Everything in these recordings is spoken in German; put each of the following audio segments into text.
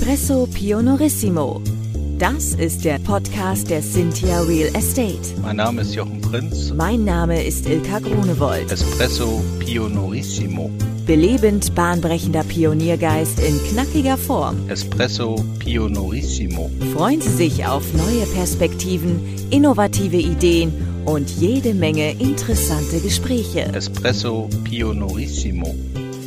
Espresso Pionorissimo. Das ist der Podcast der Cynthia Real Estate. Mein Name ist Jochen Prinz. Mein Name ist Ilka Grunewold. Espresso Pionorissimo. Belebend bahnbrechender Pioniergeist in knackiger Form. Espresso Pionorissimo. Freuen Sie sich auf neue Perspektiven, innovative Ideen und jede Menge interessante Gespräche. Espresso Pionorissimo.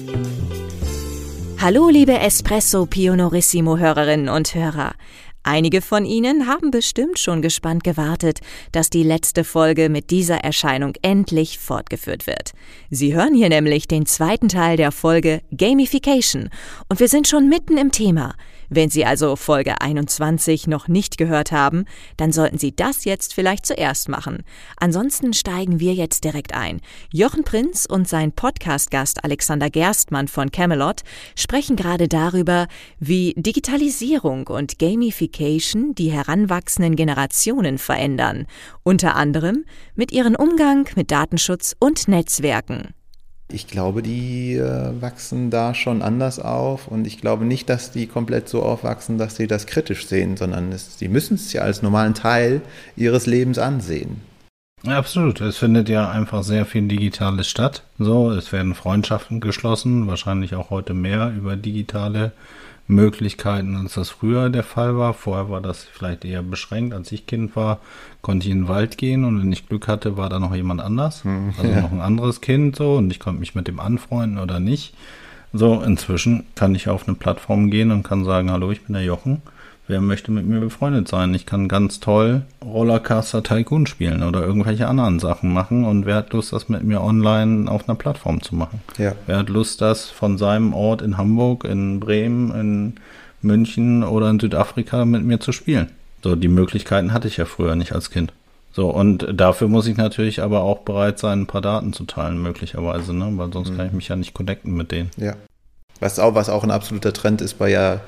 Hallo liebe Espresso Pionorissimo Hörerinnen und Hörer. Einige von Ihnen haben bestimmt schon gespannt gewartet, dass die letzte Folge mit dieser Erscheinung endlich fortgeführt wird. Sie hören hier nämlich den zweiten Teil der Folge Gamification und wir sind schon mitten im Thema. Wenn Sie also Folge 21 noch nicht gehört haben, dann sollten Sie das jetzt vielleicht zuerst machen. Ansonsten steigen wir jetzt direkt ein. Jochen Prinz und sein Podcast-Gast Alexander Gerstmann von Camelot sprechen gerade darüber, wie Digitalisierung und Gamification die heranwachsenden Generationen verändern. Unter anderem mit ihrem Umgang mit Datenschutz und Netzwerken. Ich glaube, die wachsen da schon anders auf und ich glaube nicht, dass die komplett so aufwachsen, dass sie das kritisch sehen, sondern sie müssen es ja als normalen Teil ihres Lebens ansehen. Ja, absolut. Es findet ja einfach sehr viel Digitales statt. So, es werden Freundschaften geschlossen, wahrscheinlich auch heute mehr über digitale Möglichkeiten, als das früher der Fall war. Vorher war das vielleicht eher beschränkt. Als ich Kind war, konnte ich in den Wald gehen und wenn ich Glück hatte, war da noch jemand anders. Also noch ein anderes Kind so und ich konnte mich mit dem anfreunden oder nicht. So, inzwischen kann ich auf eine Plattform gehen und kann sagen, hallo, ich bin der Jochen. Wer möchte mit mir befreundet sein? Ich kann ganz toll Rollercoaster Tycoon spielen oder irgendwelche anderen Sachen machen. Und wer hat Lust, das mit mir online auf einer Plattform zu machen? Ja. Wer hat Lust, das von seinem Ort in Hamburg, in Bremen, in München oder in Südafrika mit mir zu spielen? So, die Möglichkeiten hatte ich ja früher nicht als Kind. So, und dafür muss ich natürlich aber auch bereit sein, ein paar Daten zu teilen, möglicherweise, ne? Weil sonst kann ich mich ja nicht connecten mit denen. Ja. Was auch ein absoluter Trend ist bei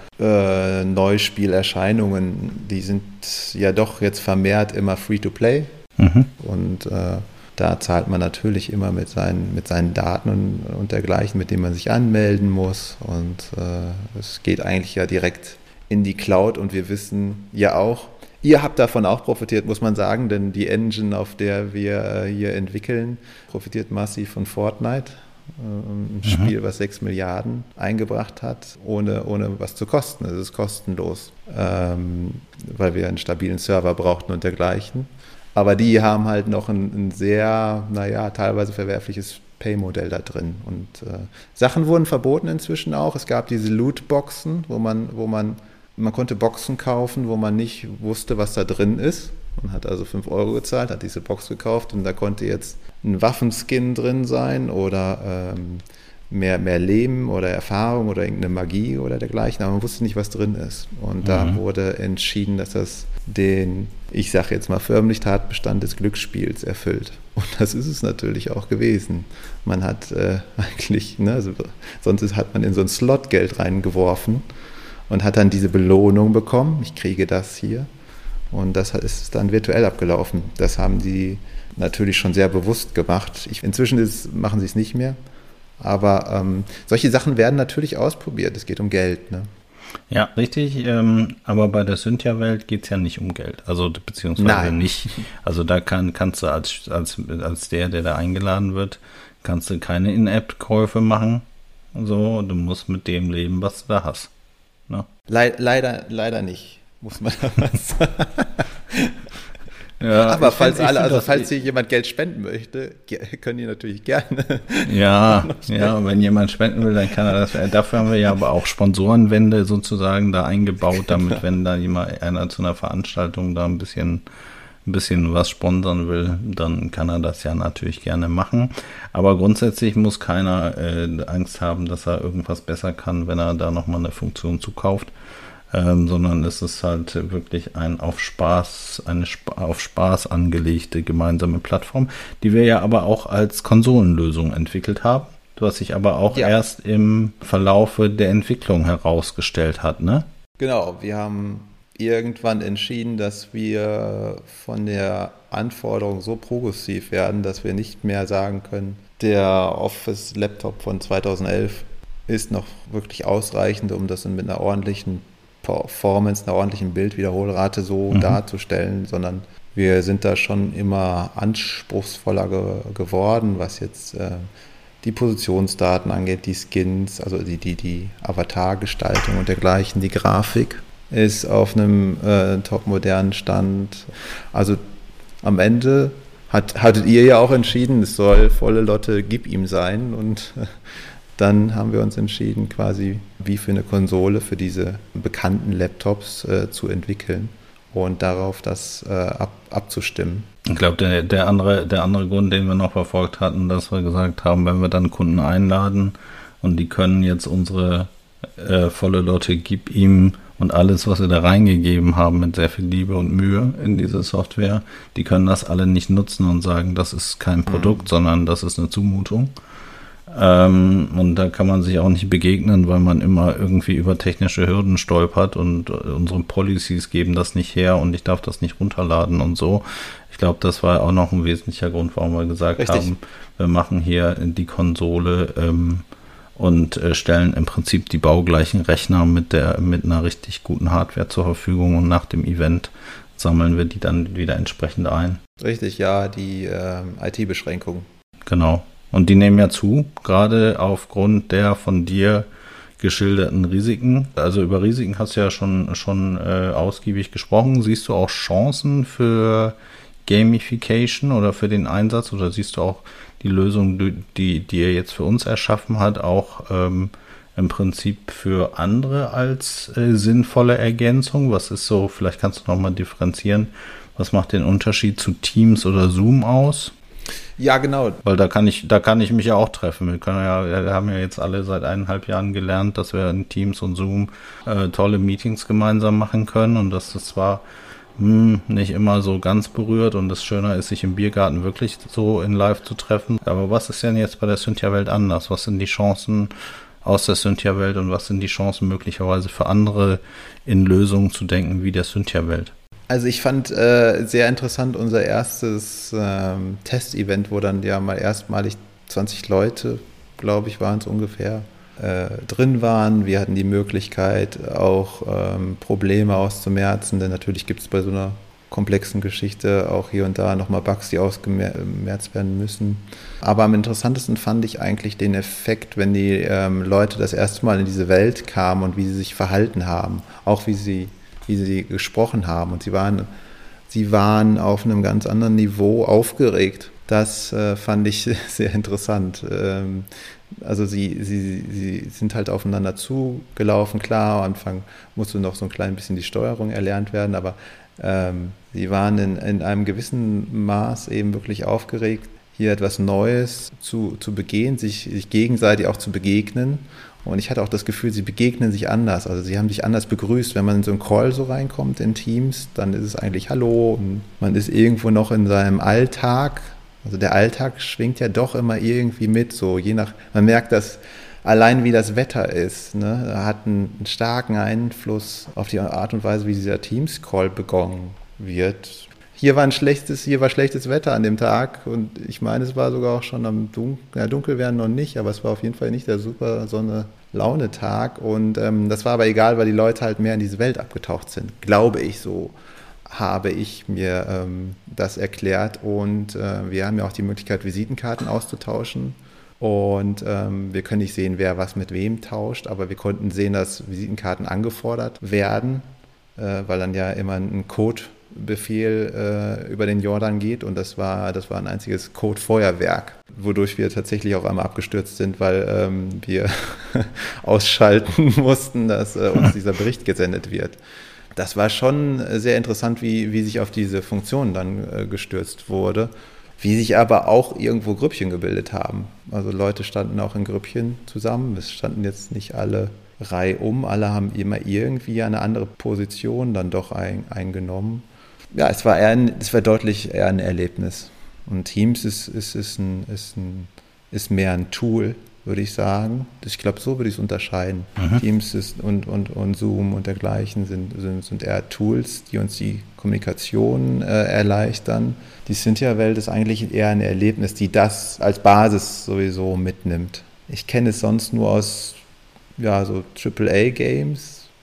Neuspielerscheinungen, die sind ja doch jetzt vermehrt immer Free-to-Play. Und da zahlt man natürlich immer mit seinen Daten und dergleichen, mit denen man sich anmelden muss. Und es geht eigentlich ja direkt in die Cloud und wir wissen ja auch, ihr habt davon auch profitiert, muss man sagen, denn die Engine, auf der wir hier entwickeln, profitiert massiv von Fortnite. Ein Spiel, was 6 Milliarden eingebracht hat, ohne was zu kosten. Es ist kostenlos, weil wir einen stabilen Server brauchten und dergleichen. Aber die haben halt noch ein sehr, teilweise verwerfliches Pay-Modell da drin. Und Sachen wurden verboten inzwischen auch. Es gab diese Lootboxen, wo man konnte Boxen kaufen, wo man nicht wusste, was da drin ist. Man hat also 5 Euro gezahlt, hat diese Box gekauft und da konnte jetzt ein Waffenskin drin sein oder mehr Leben oder Erfahrung oder irgendeine Magie oder dergleichen, aber man wusste nicht, was drin ist. Und da wurde entschieden, dass das den, ich sage jetzt mal förmlich, Tatbestand des Glücksspiels erfüllt. Und das ist es natürlich auch gewesen. Man hat eigentlich, sonst hat man in so ein Slot Geld reingeworfen und hat dann diese Belohnung bekommen, ich kriege das hier. Und das ist dann virtuell abgelaufen. Das haben die natürlich schon sehr bewusst gemacht. Inzwischen machen sie es nicht mehr. Aber solche Sachen werden natürlich ausprobiert. Es geht um Geld, ne? Ja, richtig. Aber bei der Cynthia-Welt geht es ja nicht um Geld. Also beziehungsweise nicht. Also da kannst du als der da eingeladen wird, kannst du keine In-App-Käufe machen. So, du musst mit dem leben, was du da hast. Ne? Leider nicht. Muss man da was sagen. Ja, aber falls hier jemand Geld spenden möchte, können die natürlich gerne. Ja, wenn jemand spenden will, dann kann er das. Dafür haben wir ja aber auch Sponsorenwände sozusagen da eingebaut, damit, wenn da einer zu einer Veranstaltung da ein bisschen was sponsern will, dann kann er das ja natürlich gerne machen. Aber grundsätzlich muss keiner Angst haben, dass er irgendwas besser kann, wenn er da nochmal eine Funktion zukauft. Sondern es ist halt wirklich eine auf Spaß angelegte gemeinsame Plattform, die wir ja aber auch als Konsolenlösung entwickelt haben, was sich aber auch erst im Verlaufe der Entwicklung herausgestellt hat, ne? Genau, wir haben irgendwann entschieden, dass wir von der Anforderung so progressiv werden, dass wir nicht mehr sagen können, der Office-Laptop von 2011 ist noch wirklich ausreichend, um das mit einer ordentlichen Performance, einer ordentlichen Bildwiederholrate so darzustellen, sondern wir sind da schon immer anspruchsvoller geworden, was jetzt die Positionsdaten angeht, die Skins, also die Avatargestaltung und dergleichen, die Grafik ist auf einem topmodernen Stand. Also am Ende hattet ihr ja auch entschieden, es soll volle Lotte Gib ihm sein, und dann haben wir uns entschieden, quasi wie für eine Konsole für diese bekannten Laptops zu entwickeln und darauf das abzustimmen. Ich glaube, der andere Grund, den wir noch verfolgt hatten, dass wir gesagt haben, wenn wir dann Kunden einladen und die können jetzt unsere volle Lotte Gib ihm und alles, was wir da reingegeben haben mit sehr viel Liebe und Mühe in diese Software, die können das alle nicht nutzen und sagen, das ist kein Produkt, sondern das ist eine Zumutung. Und da kann man sich auch nicht begegnen, weil man immer irgendwie über technische Hürden stolpert und unsere Policies geben das nicht her und ich darf das nicht runterladen und so. Ich glaube, das war auch noch ein wesentlicher Grund, warum wir gesagt haben, wir machen hier die Konsole und stellen im Prinzip die baugleichen Rechner mit einer richtig guten Hardware zur Verfügung, und nach dem Event sammeln wir die dann wieder entsprechend ein. Richtig, ja, die IT-Beschränkungen. Genau. Und die nehmen ja zu, gerade aufgrund der von dir geschilderten Risiken. Also über Risiken hast du ja schon ausgiebig gesprochen. Siehst du auch Chancen für Gamification oder für den Einsatz, oder siehst du auch die Lösung, die ihr jetzt für uns erschaffen hat, auch im Prinzip für andere als sinnvolle Ergänzung? Was ist so, vielleicht kannst du nochmal differenzieren, was macht den Unterschied zu Teams oder Zoom aus? Ja, genau. Weil da kann ich mich ja auch treffen. Wir haben ja jetzt alle seit 1,5 Jahren gelernt, dass wir in Teams und Zoom tolle Meetings gemeinsam machen können, und dass das zwar nicht immer so ganz berührt und es schöner ist, sich im Biergarten wirklich so in Live zu treffen. Aber was ist denn jetzt bei der Cynthia-Welt anders? Was sind die Chancen aus der Cynthia-Welt und was sind die Chancen möglicherweise für andere, in Lösungen zu denken wie der Cynthia-Welt? Also ich fand sehr interessant unser erstes Testevent, wo dann ja mal erstmalig 20 Leute, glaube ich, waren es ungefähr, drin waren. Wir hatten die Möglichkeit, auch Probleme auszumerzen, denn natürlich gibt es bei so einer komplexen Geschichte auch hier und da nochmal Bugs, die ausgemerzt werden müssen. Aber am interessantesten fand ich eigentlich den Effekt, wenn die Leute das erste Mal in diese Welt kamen und wie sie sich verhalten haben, auch wie sie gesprochen haben. Und sie waren auf einem ganz anderen Niveau aufgeregt. Das fand ich sehr interessant. Also sie sind halt aufeinander zugelaufen. Klar, am Anfang musste noch so ein klein bisschen die Steuerung erlernt werden, aber sie waren in einem gewissen Maß eben wirklich aufgeregt, hier etwas Neues zu begehen, sich gegenseitig auch zu begegnen. Und ich hatte auch das Gefühl, sie begegnen sich anders. Also sie haben sich anders begrüßt. Wenn man in so einen Call so reinkommt in Teams, dann ist es eigentlich Hallo. Und man ist irgendwo noch in seinem Alltag. Also der Alltag schwingt ja doch immer irgendwie mit. So man merkt das allein, wie das Wetter ist. Ne? Hat einen starken Einfluss auf die Art und Weise, wie dieser Teams-Call begonnen wird. Hier war schlechtes Wetter an dem Tag, und ich meine, es war sogar auch schon dunkel werden noch nicht, aber es war auf jeden Fall nicht der super Sonne-Laune-Tag, und das war aber egal, weil die Leute halt mehr in diese Welt abgetaucht sind, glaube ich, so habe ich mir das erklärt, und wir haben ja auch die Möglichkeit, Visitenkarten auszutauschen, und wir können nicht sehen, wer was mit wem tauscht, aber wir konnten sehen, dass Visitenkarten angefordert werden, weil dann ja immer ein Codebefehl über den Jordan geht, und das war ein einziges Codefeuerwerk, wodurch wir tatsächlich auch einmal abgestürzt sind, weil wir ausschalten mussten, dass uns dieser Bericht gesendet wird. Das war schon sehr interessant, wie sich auf diese Funktion dann gestürzt wurde, wie sich aber auch irgendwo Grüppchen gebildet haben. Also Leute standen auch in Grüppchen zusammen, es standen jetzt nicht alle reihum, alle haben immer irgendwie eine andere Position dann doch eingenommen. Ja, es war deutlich eher ein Erlebnis. Und Teams ist mehr ein Tool, würde ich sagen. Ich glaube, so würde ich es unterscheiden. Teams und Zoom und dergleichen sind eher Tools, die uns die Kommunikation erleichtern. Die Cynthia-Welt ist eigentlich eher ein Erlebnis, die das als Basis sowieso mitnimmt. Ich kenne es sonst nur aus so AAA-Games,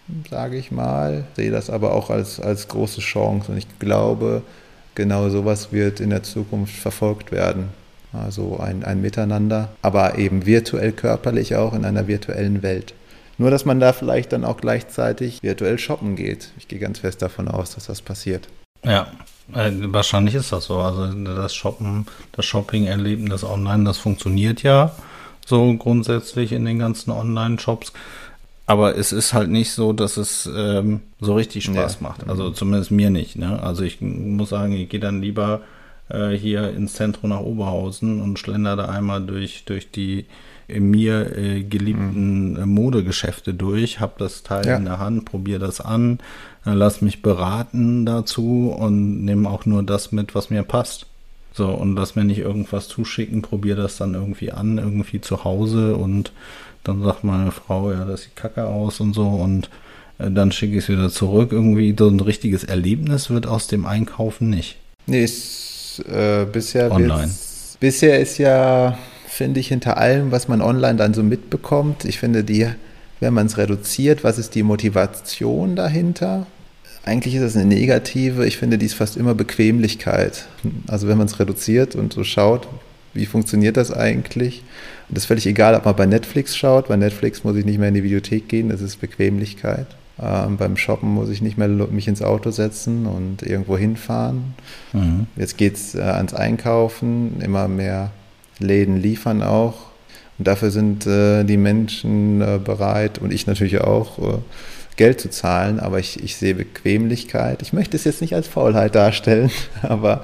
sage ich mal. Sehe das aber auch als große Chance und ich glaube, genau sowas wird in der Zukunft verfolgt werden. Also ein Miteinander, aber eben virtuell körperlich auch in einer virtuellen Welt. Nur, dass man da vielleicht dann auch gleichzeitig virtuell shoppen geht. Ich gehe ganz fest davon aus, dass das passiert. Ja, wahrscheinlich ist das so. Also das Shopping-Erleben, das Online, das funktioniert ja so grundsätzlich in den ganzen Online-Shops. Aber es ist halt nicht so, dass es so richtig Spaß macht. Also zumindest mir nicht. Ne? Also ich muss sagen, ich gehe dann lieber hier ins Zentrum nach Oberhausen und schlender da einmal durch die mir geliebten Modegeschäfte durch, hab das Teil in der Hand, probiere das an, lass mich beraten dazu und nehme auch nur das mit, was mir passt. So, und lass mir nicht irgendwas zuschicken, probiere das dann irgendwie an, irgendwie zu Hause und dann sagt meine Frau, ja, das sieht kacke aus und so und dann schicke ich es wieder zurück. Irgendwie so ein richtiges Erlebnis wird aus dem Einkaufen nicht. Nee, ist bisher online. Bisher ist ja, finde ich, hinter allem, was man online dann so mitbekommt, ich finde wenn man es reduziert, was ist die Motivation dahinter? Eigentlich ist es eine negative, ich finde, die ist fast immer Bequemlichkeit. Also wenn man es reduziert und so schaut, wie funktioniert das eigentlich? Und das ist völlig egal, ob man bei Netflix schaut. Bei Netflix muss ich nicht mehr in die Videothek gehen, das ist Bequemlichkeit. Beim Shoppen muss ich nicht mehr mich ins Auto setzen und irgendwo hinfahren. Mhm. Jetzt geht es ans Einkaufen, immer mehr Läden liefern auch. Und dafür sind die Menschen bereit und ich natürlich auch, Geld zu zahlen, aber ich sehe Bequemlichkeit. Ich möchte es jetzt nicht als Faulheit darstellen, aber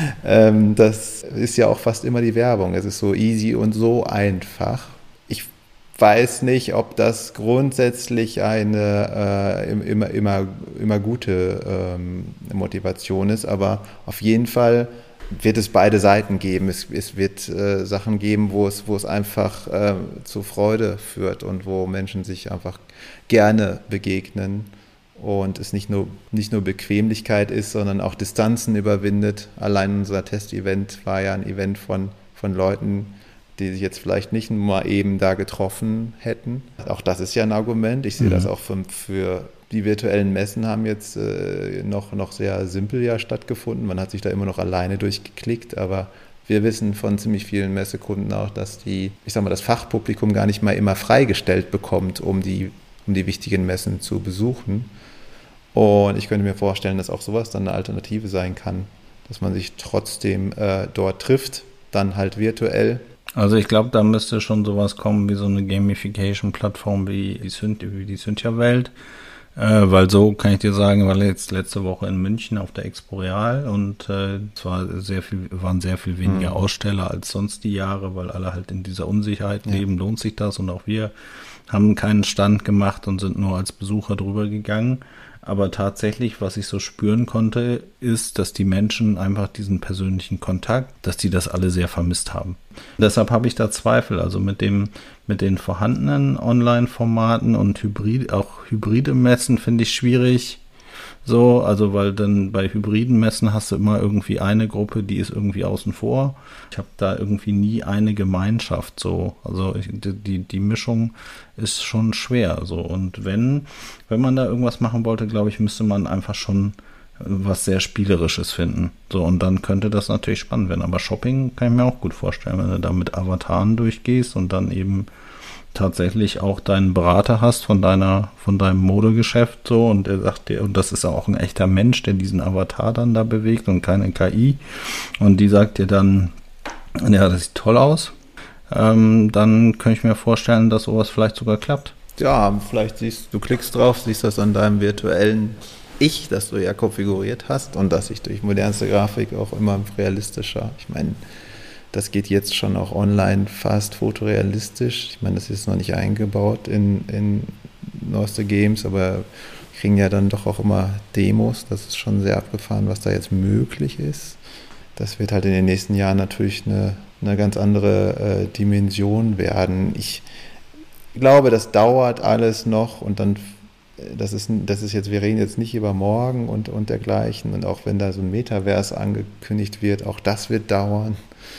das ist ja auch fast immer die Werbung. Es ist so easy und so einfach. Ich weiß nicht, ob das grundsätzlich eine immer gute Motivation ist, aber auf jeden Fall wird es beide Seiten geben. Es wird Sachen geben, wo es einfach zu Freude führt und wo Menschen sich einfach gerne begegnen und es nicht nur Bequemlichkeit ist, sondern auch Distanzen überwindet. Allein unser Testevent war ja ein Event von Leuten, die sich jetzt vielleicht nicht mal eben da getroffen hätten. Auch das ist ja ein Argument. Ich sehe das auch für die virtuellen Messen haben jetzt noch sehr simpel ja stattgefunden. Man hat sich da immer noch alleine durchgeklickt, aber wir wissen von ziemlich vielen Messekunden auch, dass das Fachpublikum gar nicht mal immer freigestellt bekommt, um die wichtigen Messen zu besuchen. Und ich könnte mir vorstellen, dass auch sowas dann eine Alternative sein kann, dass man sich trotzdem dort trifft, dann halt virtuell. Also ich glaube, da müsste schon sowas kommen wie so eine Gamification-Plattform wie die Cynthia-Welt. Weil so kann ich dir sagen, weil jetzt letzte Woche in München auf der Expo Real und waren sehr viel weniger Aussteller als sonst die Jahre, weil alle halt in dieser Unsicherheit leben, lohnt sich das und auch wir haben keinen Stand gemacht und sind nur als Besucher drüber gegangen. Aber tatsächlich, was ich so spüren konnte, ist, dass die Menschen einfach diesen persönlichen Kontakt, dass die das alle sehr vermisst haben. Deshalb habe ich da Zweifel. Also mit den vorhandenen Online-Formaten und hybride Messen finde ich schwierig. So, also weil dann bei hybriden Messen hast du immer irgendwie eine Gruppe, die ist irgendwie außen vor. Ich habe da irgendwie nie eine Gemeinschaft so. Also die Mischung ist schon schwer so. Und wenn man da irgendwas machen wollte, glaube ich, müsste man einfach schon was sehr Spielerisches finden. So, und dann könnte das natürlich spannend werden. Aber Shopping kann ich mir auch gut vorstellen, wenn du da mit Avataren durchgehst und dann eben tatsächlich auch deinen Berater hast von deinem Modegeschäft so und der sagt dir, und das ist auch ein echter Mensch, der diesen Avatar dann da bewegt und keine KI und die sagt dir dann, ja, das sieht toll aus, dann könnte ich mir vorstellen, dass sowas vielleicht sogar klappt. Ja, vielleicht du klickst drauf, siehst das an deinem virtuellen Ich, das du ja konfiguriert hast und das sich durch modernste Grafik auch immer realistischer, ich meine, das geht jetzt schon auch online fast fotorealistisch. Ich meine, das ist noch nicht eingebaut in neueste Games, aber wir kriegen ja dann doch auch immer Demos. Das ist schon sehr abgefahren, was da jetzt möglich ist. Das wird halt in den nächsten Jahren natürlich eine ganz andere Dimension werden. Ich glaube, das dauert alles noch und dann das ist jetzt, wir reden jetzt nicht über morgen und dergleichen und auch wenn da so ein Metaverse angekündigt wird, auch das wird dauern.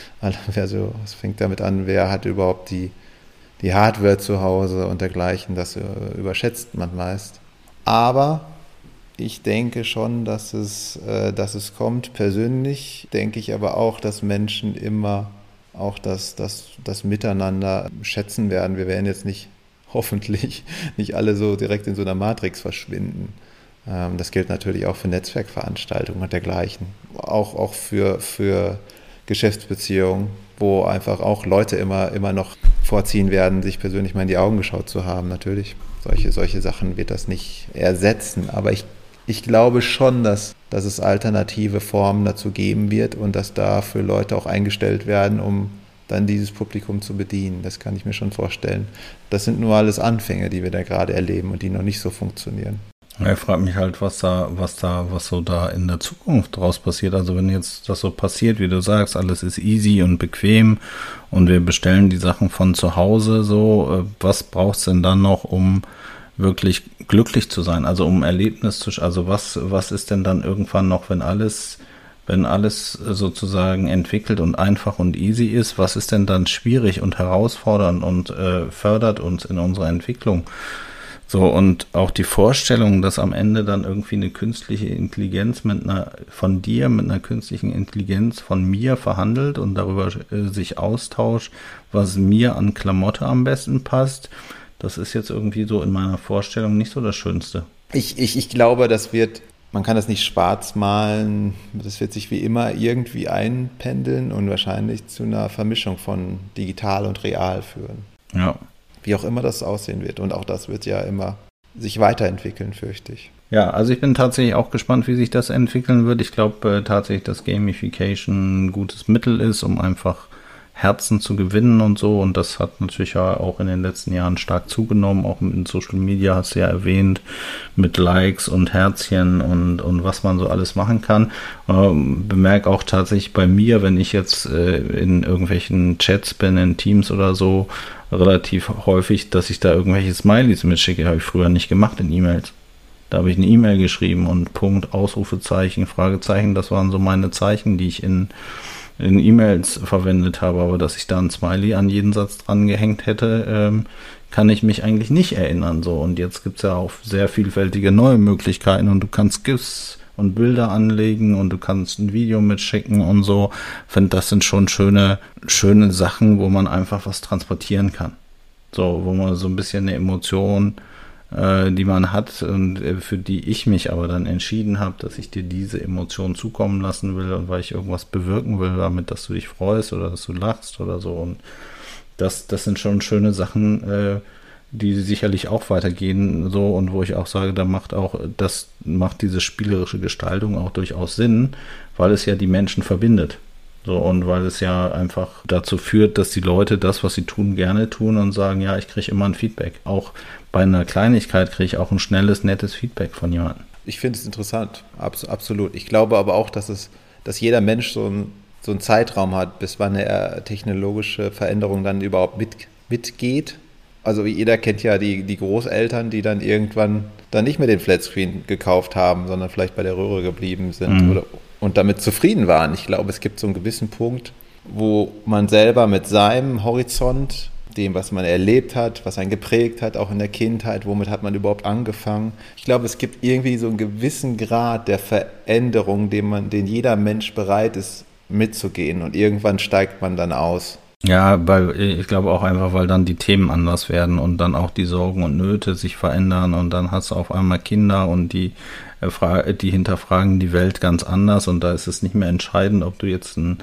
Also es fängt damit an, wer hat überhaupt die Hardware zu Hause und dergleichen, das überschätzt man meist. Aber ich denke schon, dass es kommt. Persönlich denke ich aber auch, dass Menschen immer auch das Miteinander schätzen werden. Wir werden jetzt hoffentlich nicht alle so direkt in so einer Matrix verschwinden. Das gilt natürlich auch für Netzwerkveranstaltungen und dergleichen. Auch für Geschäftsbeziehungen, wo einfach auch Leute immer noch vorziehen werden, sich persönlich mal in die Augen geschaut zu haben. Natürlich, solche Sachen wird das nicht ersetzen. Aber ich glaube schon, dass es alternative Formen dazu geben wird und dass dafür Leute auch eingestellt werden, um dann dieses Publikum zu bedienen. Das kann ich mir schon vorstellen. Das sind nur alles Anfänge, die wir da gerade erleben und die noch nicht so funktionieren. Ich frage mich halt, was so da in der Zukunft draus passiert. Also wenn jetzt das so passiert, wie du sagst, alles ist easy und bequem und wir bestellen die Sachen von zu Hause, so, was braucht es denn dann noch, um wirklich glücklich zu sein? Also um Erlebnis also was ist denn dann irgendwann noch, wenn alles sozusagen entwickelt und einfach und easy ist, was ist denn dann schwierig und herausfordernd und fördert uns in unserer Entwicklung? So, und auch die Vorstellung, dass am Ende dann irgendwie eine künstliche Intelligenz mit einer künstlichen Intelligenz von mir verhandelt und darüber sich austauscht, was mir an Klamotte am besten passt, das ist jetzt irgendwie so in meiner Vorstellung nicht so das Schönste. Ich glaube, man kann das nicht schwarz malen, das wird sich wie immer irgendwie einpendeln und wahrscheinlich zu einer Vermischung von digital und real führen. Ja. Wie auch immer das aussehen wird. Und auch das wird ja immer sich weiterentwickeln, fürchte ich. Ja, also ich bin tatsächlich auch gespannt, wie sich das entwickeln wird. Ich glaube tatsächlich, dass Gamification ein gutes Mittel ist, um einfach Herzen zu gewinnen und so. Und das hat natürlich ja auch in den letzten Jahren stark zugenommen. Auch in Social Media hast du ja erwähnt, mit Likes und Herzchen und was man so alles machen kann. Bemerke auch tatsächlich bei mir, wenn ich jetzt in irgendwelchen Chats bin, in Teams oder so, relativ häufig, dass ich da irgendwelche Smileys mitschicke. Habe ich früher nicht gemacht in E-Mails. Da habe ich eine E-Mail geschrieben und Punkt, Ausrufezeichen, Fragezeichen. Das waren so meine Zeichen, die ich in E-Mails verwendet habe. Aber dass ich da ein Smiley an jeden Satz dran gehängt hätte, kann ich mich eigentlich nicht erinnern. So, und jetzt gibt es ja auch sehr vielfältige neue Möglichkeiten und du kannst GIFs und Bilder anlegen und du kannst ein Video mitschicken und so. Ich finde, das sind schon schöne Sachen, wo man einfach was transportieren kann. So, wo man so ein bisschen eine Emotion, die man hat und für die ich mich aber dann entschieden habe, dass ich dir diese Emotion zukommen lassen will und weil ich irgendwas bewirken will damit, dass du dich freust oder dass du lachst oder so. Und das sind schon schöne Sachen, die sicherlich auch weitergehen, so, und wo ich auch sage, das macht diese spielerische Gestaltung auch durchaus Sinn, weil es ja die Menschen verbindet. So, und weil es ja einfach dazu führt, dass die Leute das, was sie tun, gerne tun und sagen, ja, ich kriege immer ein Feedback. Auch bei einer Kleinigkeit kriege ich auch ein schnelles, nettes Feedback von jemandem. Ich finde es interessant, absolut. Ich glaube aber auch, dass jeder Mensch so einen Zeitraum hat, bis wann eine technologische Veränderung dann überhaupt mitgeht. Also jeder kennt ja die Großeltern, die dann irgendwann dann nicht mehr den Flatscreen gekauft haben, sondern vielleicht bei der Röhre geblieben sind und damit zufrieden waren. Ich glaube, es gibt so einen gewissen Punkt, wo man selber mit seinem Horizont, dem, was man erlebt hat, was einen geprägt hat, auch in der Kindheit, womit hat man überhaupt angefangen. Ich glaube, es gibt irgendwie so einen gewissen Grad der Veränderung, den jeder Mensch bereit ist mitzugehen, und irgendwann steigt man dann aus. Ja, ich glaube auch einfach, weil dann die Themen anders werden und dann auch die Sorgen und Nöte sich verändern und dann hast du auf einmal Kinder und die hinterfragen die Welt ganz anders und da ist es nicht mehr entscheidend, ob du jetzt einen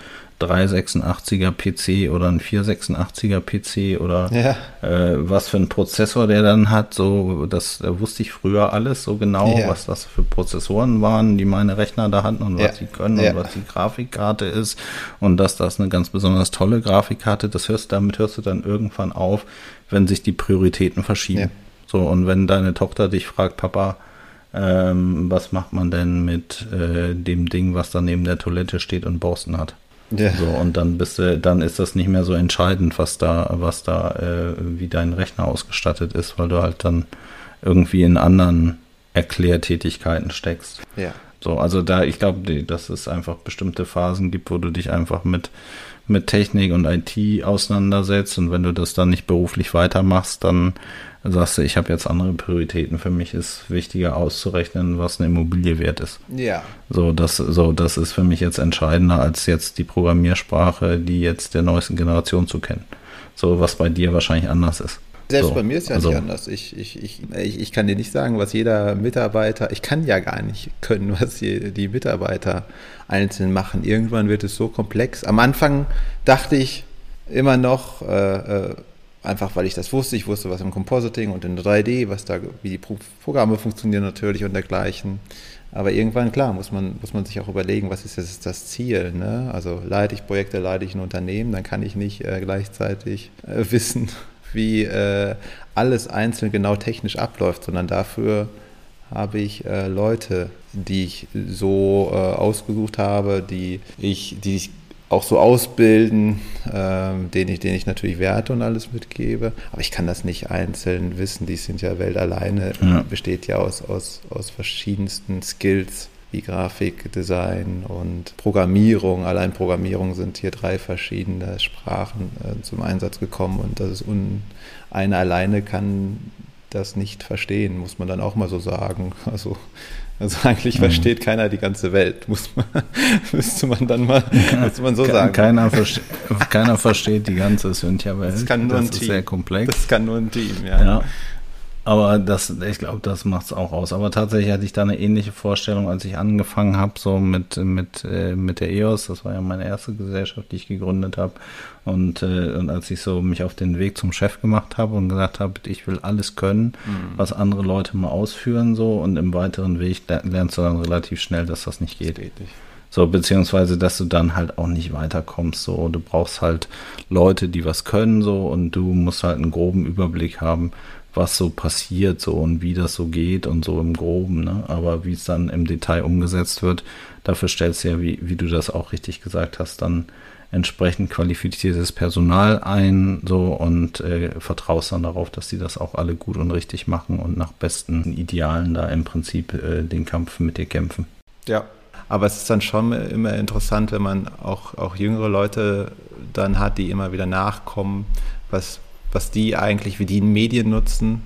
386er PC oder einen 486er PC oder was für einen Prozessor der dann hat, so, das wusste ich früher alles so genau, was das für Prozessoren waren, die meine Rechner da hatten und was sie können und was die Grafikkarte ist und dass das eine ganz besonders tolle Grafikkarte, damit hörst du dann irgendwann auf, wenn sich die Prioritäten verschieben. Ja. So, und wenn deine Tochter dich fragt, Papa, was macht man denn mit dem Ding, was da neben der Toilette steht und Borsten hat? Ja. So, und dann ist das nicht mehr so entscheidend, was da wie dein Rechner ausgestattet ist, weil du halt dann irgendwie in anderen Erklärtätigkeiten steckst. Ja. So, also ich glaube, dass es einfach bestimmte Phasen gibt, wo du dich einfach mit Technik und IT auseinandersetzt, und wenn du das dann nicht beruflich weitermachst, dann sagst du, ich habe jetzt andere Prioritäten. Für mich ist wichtiger auszurechnen, was eine Immobilie wert ist. Ja. Das ist für mich jetzt entscheidender, als jetzt die Programmiersprache, die jetzt der neuesten Generation zu kennen. So, was bei dir wahrscheinlich anders ist. Selbst bei mir ist ja nicht anders. Ich kann dir nicht sagen, was jeder Mitarbeiter, ich kann ja gar nicht können, was die Mitarbeiter einzeln machen. Irgendwann wird es so komplex. Am Anfang dachte ich immer noch, einfach weil ich das wusste, ich wusste was im Compositing und in 3D, wie die Programme funktionieren natürlich und dergleichen. Aber irgendwann, klar, muss man sich auch überlegen, was ist jetzt das Ziel, ne? Also leite ich Projekte, leite ich ein Unternehmen, dann kann ich nicht gleichzeitig wissen, wie alles einzeln genau technisch abläuft, sondern dafür habe ich Leute, die ich so ausgesucht habe, die ich auch so ausbilden, denen ich natürlich Werte und alles mitgebe. Aber ich kann das nicht einzeln wissen, die sind ja weltalleine, besteht ja aus verschiedensten Skills, wie Grafik, Design und Programmierung. Allein Programmierung sind hier 3 verschiedene Sprachen zum Einsatz gekommen, und das ist einer alleine kann das nicht verstehen, muss man dann auch mal so sagen. Also eigentlich versteht keiner die ganze Welt, müsste man so sagen. Keiner versteht die ganze Cynthia-Welt. Das kann nur ein Team. Ist sehr komplex. Das kann nur ein Team, ja. Aber ich glaube, das macht es auch aus. Aber tatsächlich hatte ich da eine ähnliche Vorstellung, als ich angefangen habe, so mit der EOS. Das war ja meine erste Gesellschaft, die ich gegründet habe. Und als ich so mich auf den Weg zum Chef gemacht habe und gesagt habe, ich will alles können, was andere Leute mal ausführen, so, und im weiteren Weg lernst du dann relativ schnell, dass das nicht geht. So, beziehungsweise, dass du dann halt auch nicht weiterkommst. So, du brauchst halt Leute, die was können, so, und du musst halt einen groben Überblick haben, was so passiert, so, und wie das so geht und so im Groben, ne? Aber wie es dann im Detail umgesetzt wird, dafür stellst du ja, wie du das auch richtig gesagt hast, dann entsprechend qualifiziertes Personal ein, so, und vertraust dann darauf, dass die das auch alle gut und richtig machen und nach besten Idealen da im Prinzip den Kampf mit dir kämpfen. Ja, aber es ist dann schon immer interessant, wenn man auch jüngere Leute dann hat, die immer wieder nachkommen, was die eigentlich, wie die Medien nutzen,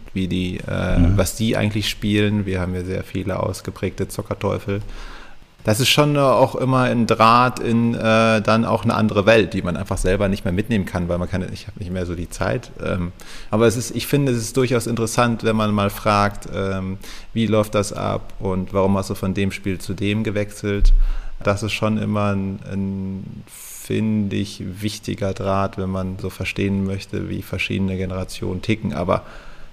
was die eigentlich spielen. Wir haben ja sehr viele ausgeprägte Zockerteufel. Das ist schon auch immer ein Draht in dann auch eine andere Welt, die man einfach selber nicht mehr mitnehmen kann, weil ich habe nicht mehr so die Zeit. Aber ich finde, es ist durchaus interessant, wenn man mal fragt, wie läuft das ab und warum hast du von dem Spiel zu dem gewechselt. Das ist schon immer ein finde ich, wichtiger Draht, wenn man so verstehen möchte, wie verschiedene Generationen ticken. Aber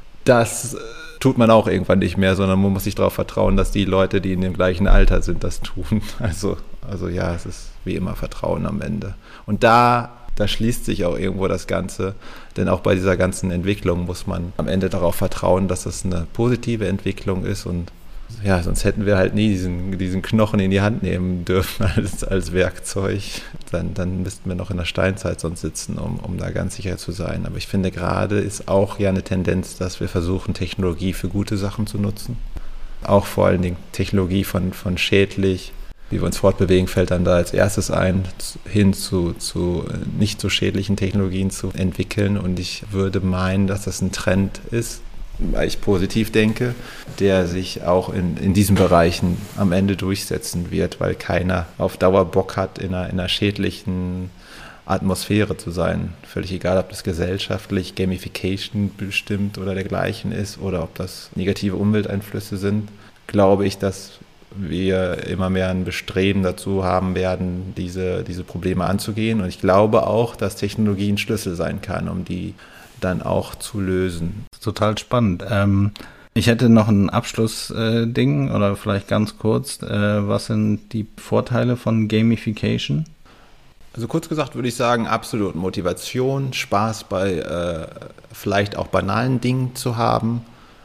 das tut man auch irgendwann nicht mehr, sondern man muss sich darauf vertrauen, dass die Leute, die in dem gleichen Alter sind, das tun. Also ja, es ist wie immer Vertrauen am Ende. Und da schließt sich auch irgendwo das Ganze, denn auch bei dieser ganzen Entwicklung muss man am Ende darauf vertrauen, dass es eine positive Entwicklung ist, und ja, sonst hätten wir halt nie diesen Knochen in die Hand nehmen dürfen als Werkzeug. Dann müssten wir noch in der Steinzeit sonst sitzen, um da ganz sicher zu sein. Aber ich finde, gerade ist auch ja eine Tendenz, dass wir versuchen, Technologie für gute Sachen zu nutzen. Auch vor allen Dingen Technologie von schädlich, wie wir uns fortbewegen, fällt dann da als erstes ein, hin zu nicht so schädlichen Technologien zu entwickeln. Und ich würde meinen, dass das ein Trend ist, weil ich positiv denke, der sich auch in diesen Bereichen am Ende durchsetzen wird, weil keiner auf Dauer Bock hat, in einer schädlichen Atmosphäre zu sein. Völlig egal, ob das gesellschaftlich Gamification bestimmt oder dergleichen ist oder ob das negative Umwelteinflüsse sind, glaube ich, dass wir immer mehr ein Bestreben dazu haben werden, diese Probleme anzugehen. Und ich glaube auch, dass Technologie ein Schlüssel sein kann, um die dann auch zu lösen. Total spannend. Ich hätte noch ein Abschlussding oder vielleicht ganz kurz. Was sind die Vorteile von Gamification? Also kurz gesagt würde ich sagen, absolut Motivation, Spaß bei vielleicht auch banalen Dingen zu haben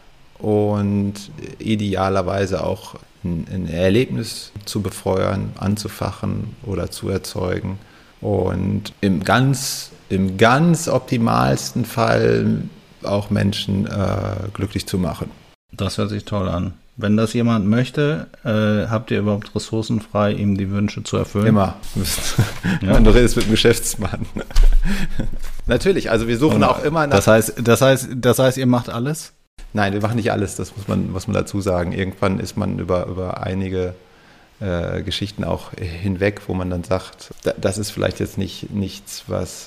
und idealerweise auch ein Erlebnis zu befeuern, anzufachen oder zu erzeugen. Und im ganz optimalsten Fall auch Menschen glücklich zu machen. Das hört sich toll an. Wenn das jemand möchte, habt ihr überhaupt Ressourcen frei, ihm die Wünsche zu erfüllen? Immer. Ja. Du redest mit dem Geschäftsmann. Natürlich, also wir suchen auch immer nach... Das heißt, ihr macht alles? Nein, wir machen nicht alles, das muss man dazu sagen. Irgendwann ist man über einige Geschichten auch hinweg, wo man dann sagt, das ist vielleicht jetzt nichts, was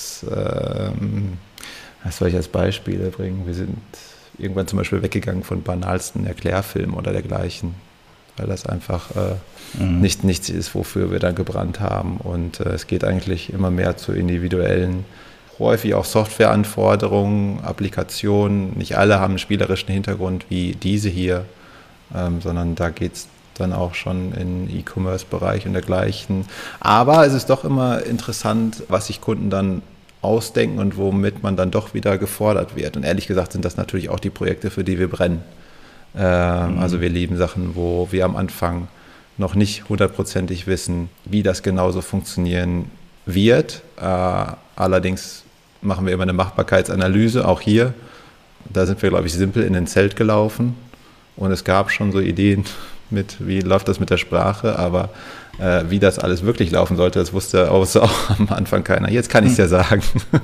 soll ich als Beispiele bringen? Wir sind irgendwann zum Beispiel weggegangen von banalsten Erklärfilmen oder dergleichen, weil das einfach nichts ist, wofür wir dann gebrannt haben. Und es geht eigentlich immer mehr zu individuellen, häufig auch Softwareanforderungen, Applikationen. Nicht alle haben einen spielerischen Hintergrund wie diese hier, sondern da geht es dann auch schon in E-Commerce-Bereich und dergleichen. Aber es ist doch immer interessant, was sich Kunden dann ausdenken und womit man dann doch wieder gefordert wird. Und ehrlich gesagt sind das natürlich auch die Projekte, für die wir brennen. Also wir lieben Sachen, wo wir am Anfang noch nicht 100%ig wissen, wie das genauso funktionieren wird. Allerdings machen wir immer eine Machbarkeitsanalyse, auch hier. Da sind wir, glaube ich, simpel in den Zelt gelaufen. Und es gab schon so Ideen wie läuft das mit der Sprache, aber wie das alles wirklich laufen sollte, das wusste auch am Anfang keiner. Jetzt kann ich es ja sagen.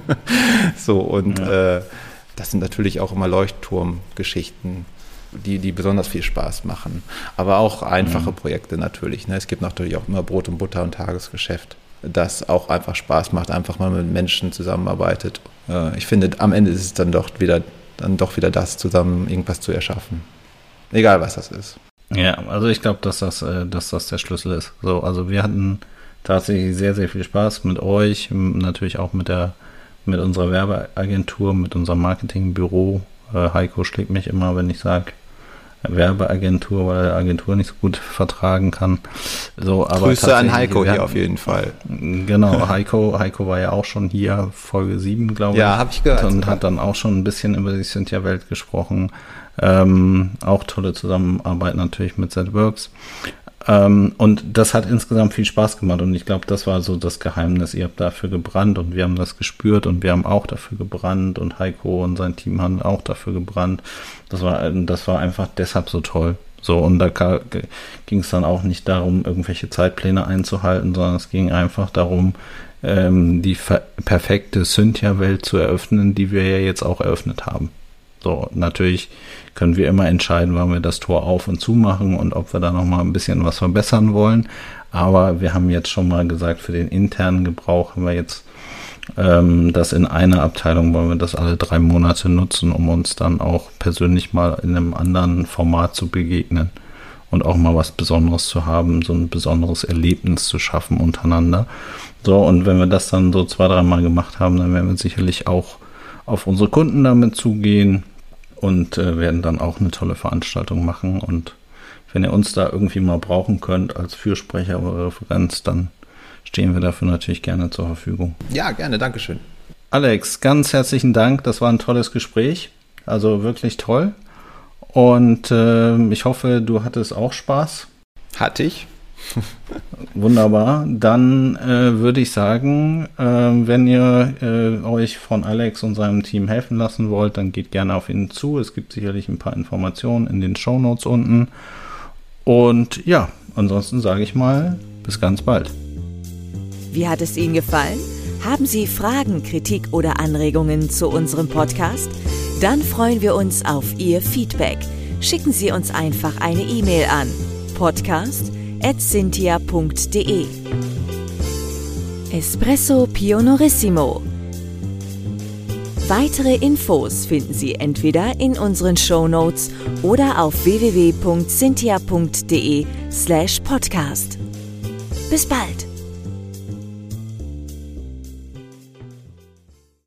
So, und das sind natürlich auch immer Leuchtturmgeschichten, die besonders viel Spaß machen. Aber auch einfache Projekte natürlich. Ne? Es gibt natürlich auch immer Brot und Butter und Tagesgeschäft, das auch einfach Spaß macht, einfach mal mit Menschen zusammenarbeitet. Ich finde, am Ende ist es dann doch wieder das, zusammen irgendwas zu erschaffen. Egal, was das ist. Ja, also ich glaube, dass das der Schlüssel ist. So, also wir hatten tatsächlich sehr, sehr viel Spaß mit euch, natürlich auch mit unserer Werbeagentur, mit unserem Marketingbüro. Heiko schlägt mich immer, wenn ich sage Werbeagentur, weil er Agentur nicht so gut vertragen kann. So, aber Grüße an Heiko hier auf jeden Fall. Genau, Heiko war ja auch schon hier, Folge 7, glaube ich. Ja, habe ich gehört. Und hat dann auch schon ein bisschen über die Cynthia-Welt gesprochen. Auch tolle Zusammenarbeit natürlich mit ZWorks. Und das hat insgesamt viel Spaß gemacht und ich glaube, das war so das Geheimnis. Ihr habt dafür gebrannt und wir haben das gespürt und wir haben auch dafür gebrannt und Heiko und sein Team haben auch dafür gebrannt. Das war einfach deshalb so toll. So, und da ging es dann auch nicht darum, irgendwelche Zeitpläne einzuhalten, sondern es ging einfach darum, die perfekte Cynthia-Welt zu eröffnen, die wir ja jetzt auch eröffnet haben. So, natürlich können wir immer entscheiden, wann wir das Tor auf und zu machen und ob wir da nochmal ein bisschen was verbessern wollen. Aber wir haben jetzt schon mal gesagt, für den internen Gebrauch haben wir jetzt das in einer Abteilung, wollen wir das alle 3 Monate nutzen, um uns dann auch persönlich mal in einem anderen Format zu begegnen und auch mal was Besonderes zu haben, so ein besonderes Erlebnis zu schaffen untereinander. So, und wenn wir das dann so 2-3 Mal gemacht haben, dann werden wir sicherlich auch auf unsere Kunden damit zugehen und werden dann auch eine tolle Veranstaltung machen. Und wenn ihr uns da irgendwie mal brauchen könnt als Fürsprecher oder Referenz, dann stehen wir dafür natürlich gerne zur Verfügung. Ja, gerne, Dankeschön. Alex, ganz herzlichen Dank, das war ein tolles Gespräch, also wirklich toll. Und ich hoffe, du hattest auch Spaß. Hatte ich. Wunderbar, dann würde ich sagen, wenn ihr euch von Alex und seinem Team helfen lassen wollt, dann geht gerne auf ihn zu. Es gibt sicherlich ein paar Informationen in den Shownotes unten. Und ja, ansonsten sage ich mal, bis ganz bald. Wie hat es Ihnen gefallen? Haben Sie Fragen, Kritik oder Anregungen zu unserem Podcast? Dann freuen wir uns auf Ihr Feedback. Schicken Sie uns einfach eine E-Mail an podcast@cynthia.de. Espresso Pionorissimo. Weitere Infos finden Sie entweder in unseren Shownotes oder auf www.cynthia.de/podcast. Bis bald!